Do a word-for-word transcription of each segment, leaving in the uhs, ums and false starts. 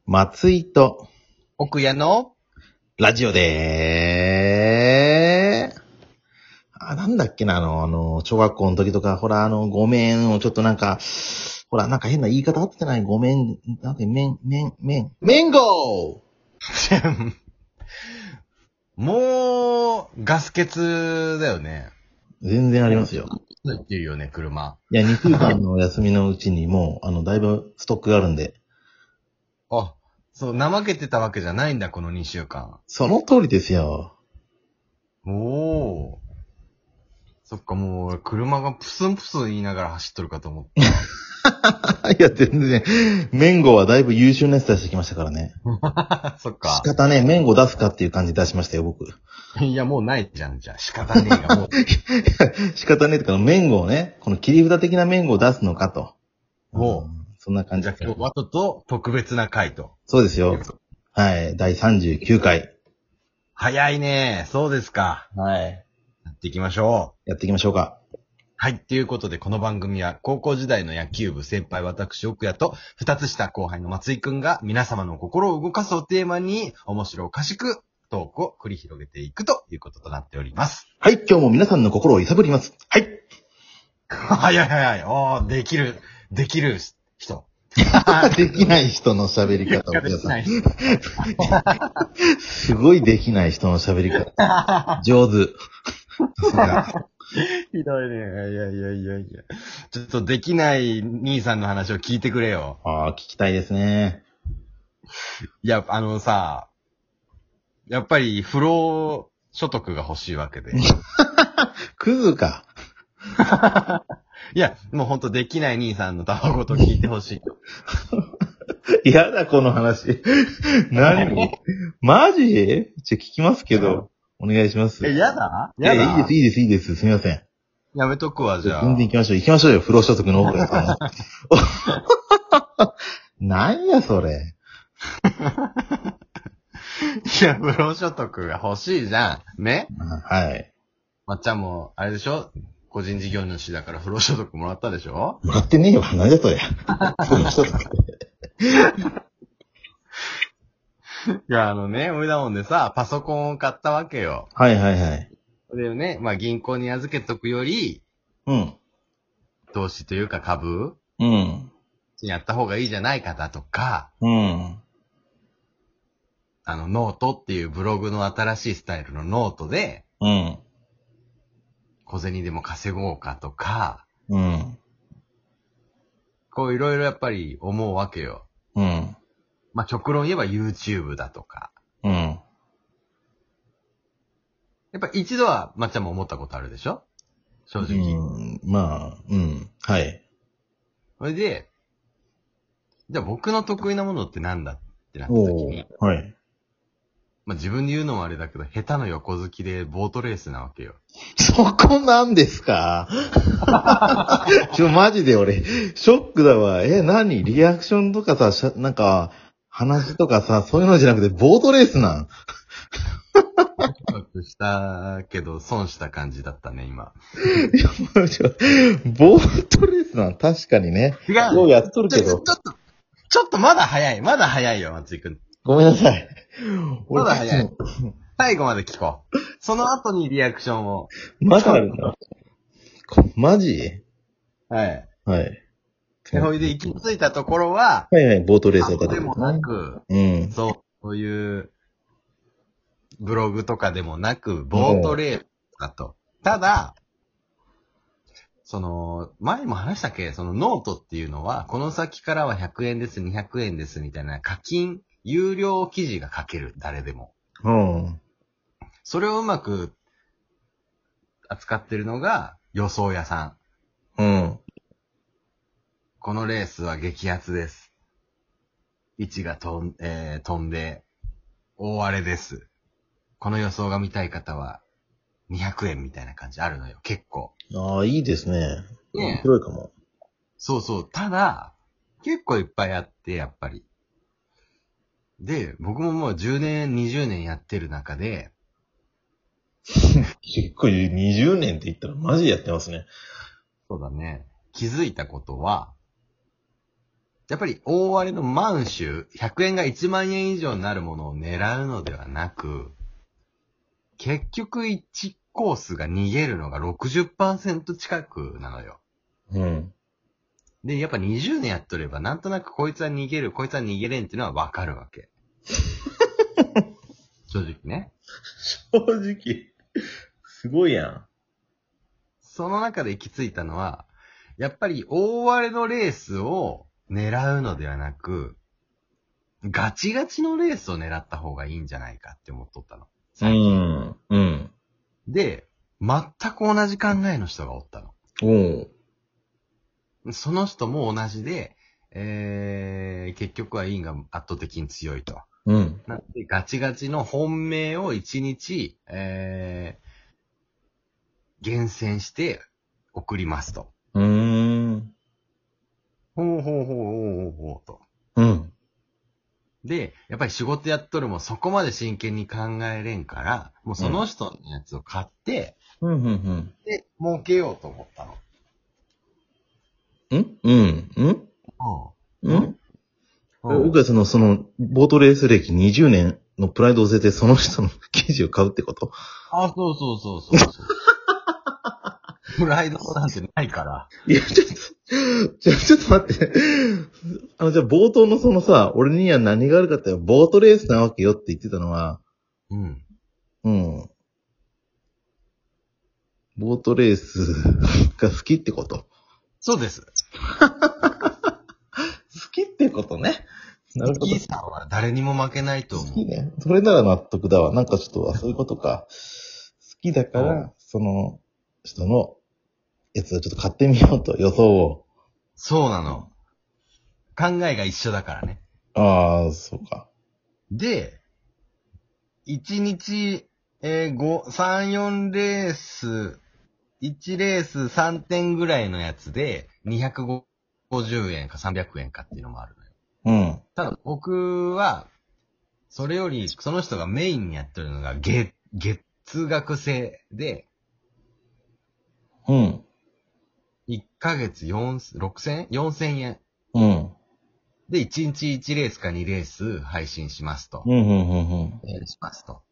松井と奥屋のラジオでーあ、なんだっけな、あの、あの、小学校の時とか、ほら、あの、ごめんをちょっとなんか、ほら、なんか変な言い方合ってないごめん、なんて、めん、めん、めん、メンゴーもう、ガス欠だよね。 全然ありますよ。 言ってるよね、車。 いや、にしゅうかんの休みのうちにもう、あの、だいぶストックがあるんで。 あ、そう、怠けてたわけじゃないんだ、このにしゅうかん。 その通りですよ。 おー。そっか、もう、車がプスンプスン言いながら走っとるかと思っいや、全然、メンゴーはだいぶ優秀なやつ出してきましたからね。 た。そっ仕か。 方ね、メンゴー出すかっていう感じで出しましたよ、僕。 いや、もうないじゃん、じゃあ。仕方ねえが、もう。 仕方ねえとか、メンゴーね、この切り札的なメンゴーを出すのかと。 もううんそんな感じじゃあ、今日はちょっと特別な回と。 そうですよ。はい。だいさんじゅうきゅうかい。 早いね。そうですか。 はい。 やっていきましょう。 やっていきましょうか。 はい。ということで、この番組は、高校時代の野球部先輩私、奥谷と、二つ下後輩の松井くんが、皆様の心を動かすをテーマに、面白おかしく、トークを繰り広げていくということとなっております。 はい。今日も皆さんの心を揺さぶります。はい。 早い早い。おー、できる、できる人。 できない人の喋り方をできない人。 すごいできない人の喋り方。上手。さすが。 ひどいね。いやいやいやいや。ちょっとできない兄さんの話を聞いてくれよ。 ああ、聞きたいですね。 いや、あのさ、やっぱり不労所得が欲しいわけで。 クズか。 いや、もうほんとできない兄さんのたわごと聞いてほしい。 やだ、この話。何マジちょ、聞きますけど。お願いします。 え、やだいや、 やだいいです、いいです、いいです。すみません。 やめとくわ、じゃあ。 全然行きましょう。行きましょうよ、不労所得の奥さん。なんや、それ。 いや、不労所得が欲しいじゃん。ねはい。 まっちゃんも、あれでしょ個人事業主だから不労所得もらったでしょもらってねえわ。なんじゃそれ。不労所得。 いや、あのね、俺だもんでさ、パソコンを買ったわけよ。 はいはいはい。 でね、まあ銀行に預けとくより、 うん。 投資というか株うん。 にやった方がいいじゃないかだとか、 うん。 あの、ノートっていうブログの新しいスタイルのノートで、 うん。 小銭でも稼ごうかとか、 うん。 こういろいろやっぱり思うわけよ。 うん。 まあ、極論言えば YouTube だとか。 うん。 やっぱ一度はまっちゃんも思ったことあるでしょ正直。 うん。まあ、うん。はい。 それで、じゃあ僕の得意なものってなんだってなったお時に、 ー。はい。 まあ自分で言うのもあれだけど、下手の横好きでボートレースなわけよ。 そこなんですかちょ、マジで俺、ショックだわ。え、何リアクションとかさ、しゃなんか、話とかさ、そういうのじゃなくて、ボートレースなんしたけど、損した感じだったね、今。 いやもうちょボートレースなん確かにね。 違うようやっとるけど。 ちょ、ちょっと、ちょっとまだ早い。まだ早いよ、松井くん。 ごめんなさい。 まだ早いい。 最後まで聞こう。その後にリアクションを。 まだあるんだ。こマジはい。 はい。 で、ほいで行き着いたところは、 はいはい、ボートレースを立てる。 でもなく、 うん。 そう、そういう、ブログとかでもなく、ボートレースだと。ただ、その、前も話したっけそのノートっていうのは、この先からはひゃくえんです、にひゃくえんですみたいな課金、有料記事が書ける、誰でも。 うん。 それをうまく扱ってるのが予想屋さん。 うん。 このレースは激アツです。位置が飛ん,、えー、飛んで、大荒れです。この予想が見たい方は、にひゃくえんみたいな感じあるのよ、結構。 ああ、いいですね。 ねえ面白いかも。 そうそう。ただ、結構いっぱいあって、やっぱり。で、僕ももうじゅうねん、にじゅうねんやってる中で、 結構にじゅうねんって言ったらマジやってますね。 そうだね。気づいたことは、 やっぱり大割れの満州、ひゃくえんがいちまんえん以上になるものを狙うのではなく、結局いちコースが逃げるのが ろくじゅっパーセント 近くなのよ。 うん。 で、やっぱにじゅうねんやっとれば、なんとなくこいつは逃げる、こいつは逃げれんっていうのはわかるわけ。正直ね。 正直。すごいやん。 その中で行き着いたのは、やっぱり大荒れのレースを狙うのではなく、ガチガチのレースを狙った方がいいんじゃないかって思っとったの。 うん。うん。 で、全く同じ考えの人がおったの。 おう。 その人も同じで、えー、結局はインが圧倒的に強いと。 うん。 なんで、ガチガチの本命を一日、えー、厳選して送りますと。 うーん。 ほうほうほうほうほうほうと。 うん。 で、やっぱり仕事やっとるもそこまで真剣に考えれんから、もうその人のやつを買って、 うん、うん、うん。 で、儲けようと思ったの。 んうん。んうん。 んうん。 僕はその、その、ボートレース歴にじゅうねんのプライドを捨てて、その人の記事を買うってこと？ あ、そうそうそうそうそう。プライドなんてないから。 いや、ちょっと、ちょ、ちょっと待って。あの、じゃあ冒頭のそのさ、俺には何があるかって、ボートレースなわけよって言ってたのは、 うん。 うん。ボートレースが好きってこと？ そうです。 好きってことね。なるほど。 好きさは誰にも負けないと思う。 好きね。それなら納得だわ。なんかちょっと、あ、そういうことか。好きだから、その人のやつをちょっと買ってみようと、予想を。 そうなの。考えが一緒だからね。 ああ、そうか。 で、いちにち、えー、ご、さん、よんレース、いちレースさんてんぐらいのやつで、にひゃくごじゅうえんかさんびゃくえんかっていうのもあるのよ。 うん。 ただ僕は、それより、その人がメインにやってるのが月、月額制で、 うん。 いっかげつよん、ろくせん よんせんえん。 うん。 で、いちにちいちレースかにレース配信しますと。 うん、うん、うん、 メールしますと。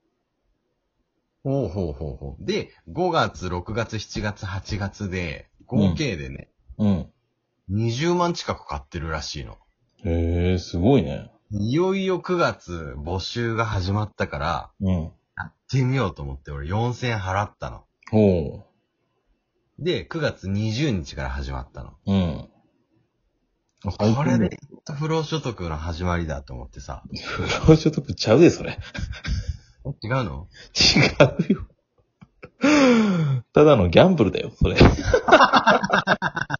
ほうほうほうほう。で、ごがつ、ろくがつ、しちがつ、はちがつで、合計でね、 うん。 にじゅうまん近く買ってるらしいの。 へえ、すごいね。 いよいよくがつ募集が始まったから、 うん。 やってみようと思って俺よんせんえん払ったの。 ほで、くがつにじゅうにちから始まったの。 う。うん。 これで、不労所得の始まりだと思ってさ。 不労所得ちゃうで、それ。 違うの？ 違うよ。ただのギャンブルだよ、それ。なんか、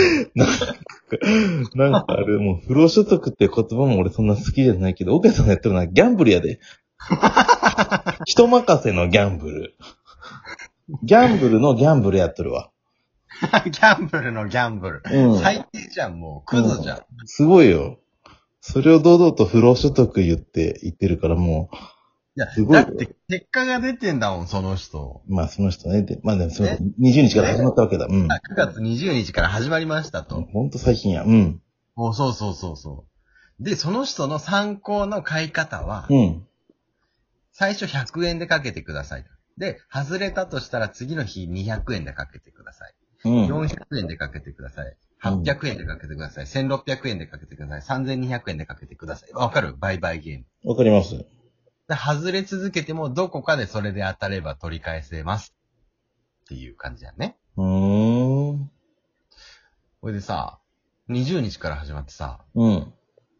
なんかあれ、もう、不労所得って言葉も俺そんな好きじゃないけど、岡さんがやってるのはギャンブルやで。人任せのギャンブル。ギャンブルのギャンブルやっとるわ。 ギャンブルのギャンブル。うん、最低じゃん、もう。クズじゃん、うん。 すごいよ。それを堂々と不労所得言って、言ってるからもう。 いや、すごい。だって結果が出てんだもん、その人。 まあ、その人ね。でまあでも、そのにじゅうにちから始まったわけだ。うん。 くがつにじゅうにちから始まりましたと。 ほんと最近や。うん。 おそうそうそうそう。で、その人の参考の買い方は、 うん。最初ひゃくえんでかけてください。で、外れたとしたら次の日にひゃくえんでかけてください。うん。よんひゃくえんでかけてください。はっぴゃくえんでかけてください。せんろっぴゃくえんでかけてください。さんぜんにひゃくえんでかけてください。わかる？売買ゲーム。 わかります。 で、外れ続けてもどこかでそれで当たれば取り返せます。っていう感じやね。 うーん。 これでさ、にじゅうにちから始まってさ。 うん。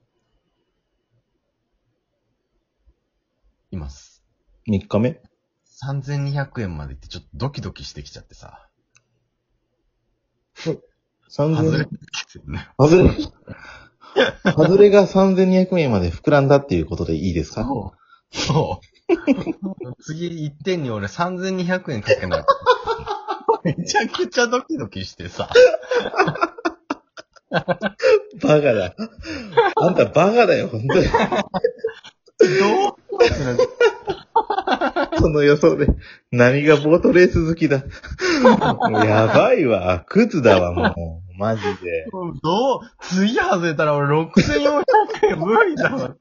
います。 みっかめ ? さんぜんにひゃくえんまで行ってちょっとドキドキしてきちゃってさ。 さんぜん外れ、 外れ、外れがさんぜんにひゃくえんまで膨らんだっていうことでいいですか？ そう。そう。次一点に俺さんぜんにひゃくえんかけない。めちゃくちゃドキドキしてさ。 バカだ。あんたバカだよ、本当に。 どうその予想で、何がボートレース好きだ。 もうやばいわ。クズだわ、もう。マジで。 どう次外れたら俺ろくせんよんひゃくえん無理だわ。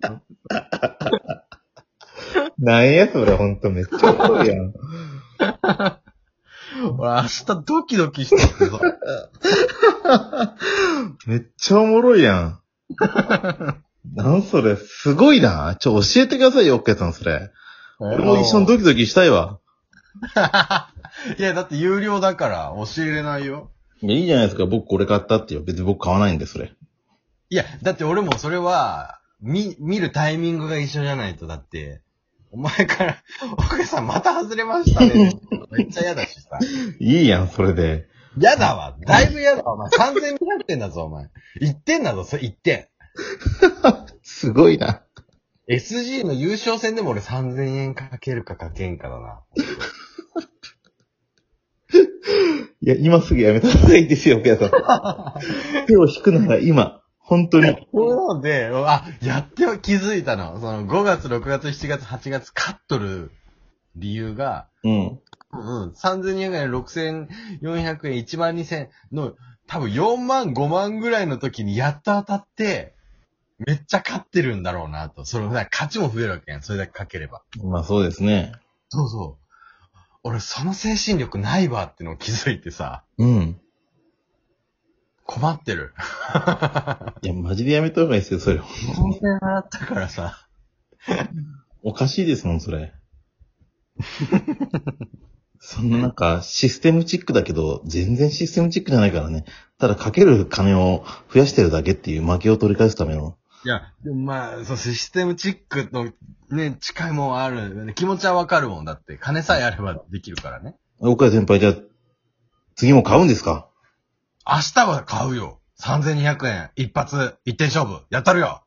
なんやそれ、ほんとめっちゃおもろいやん。 俺明日ドキドキしてるぞ。 めっちゃおもろいやん。なんそれ、すごいな。ちょ、教えてくださいよ、オッケーさん、それ。俺も一緒にドキドキしたいわ。 いや、だって有料だから教えれないよ。 いや、いいじゃないですか。僕これ買ったってよ。別に僕買わないんで、それ。 いや、だって俺もそれは、見、見るタイミングが一緒じゃないと、だって、お前から、奥さんまた外れましたね。めっちゃ嫌だしさ。 いいやん、それで。 嫌だわ。だいぶ嫌だわ。お前さんぜんにひゃくえんだぞ、お前。いってんだぞ、それいってん。 すごいな。 エスジー の優勝戦でも俺さんぜんえんかけるかかけんかだな。 いや、今すぐやめた方がいいですよ、オッケーさん。手を引くなら今。本当に。 そうで、あ、やって気づいたの。そのごがつ、ろくがつ、しちがつ、はちがつ勝っとる理由が、 うん。 うん、さんぜんにひゃくえん、ろくせんよんひゃくえん、いちまんにせんの、多分よんまん、ごまんぐらいの時にやっと当たって、めっちゃ勝ってるんだろうなと。それ、勝ちも増えるわけやん。それだけかければ。 まあそうですね。 そうそう。俺、その精神力ないわってのを気づいてさ、 うん。 困ってる。 いや、マジでやめた方がいいですよ、それ。 よんせんえん払ったからさ。 おかしいですもん、それ。そんななんか、システムチックだけど、全然システムチックじゃないからね。ただかける金を増やしてるだけっていう負けを取り返すための。 いや、でもまあ、そう、システムチックのね、近いもんはある、ね。気持ちはわかるもんだって。金さえあればできるからね。 岡谷先輩、じゃあ、次も買うんですか？ 明日は買うよ。さんぜんにひゃくえん、一発、一点勝負、やったるよ。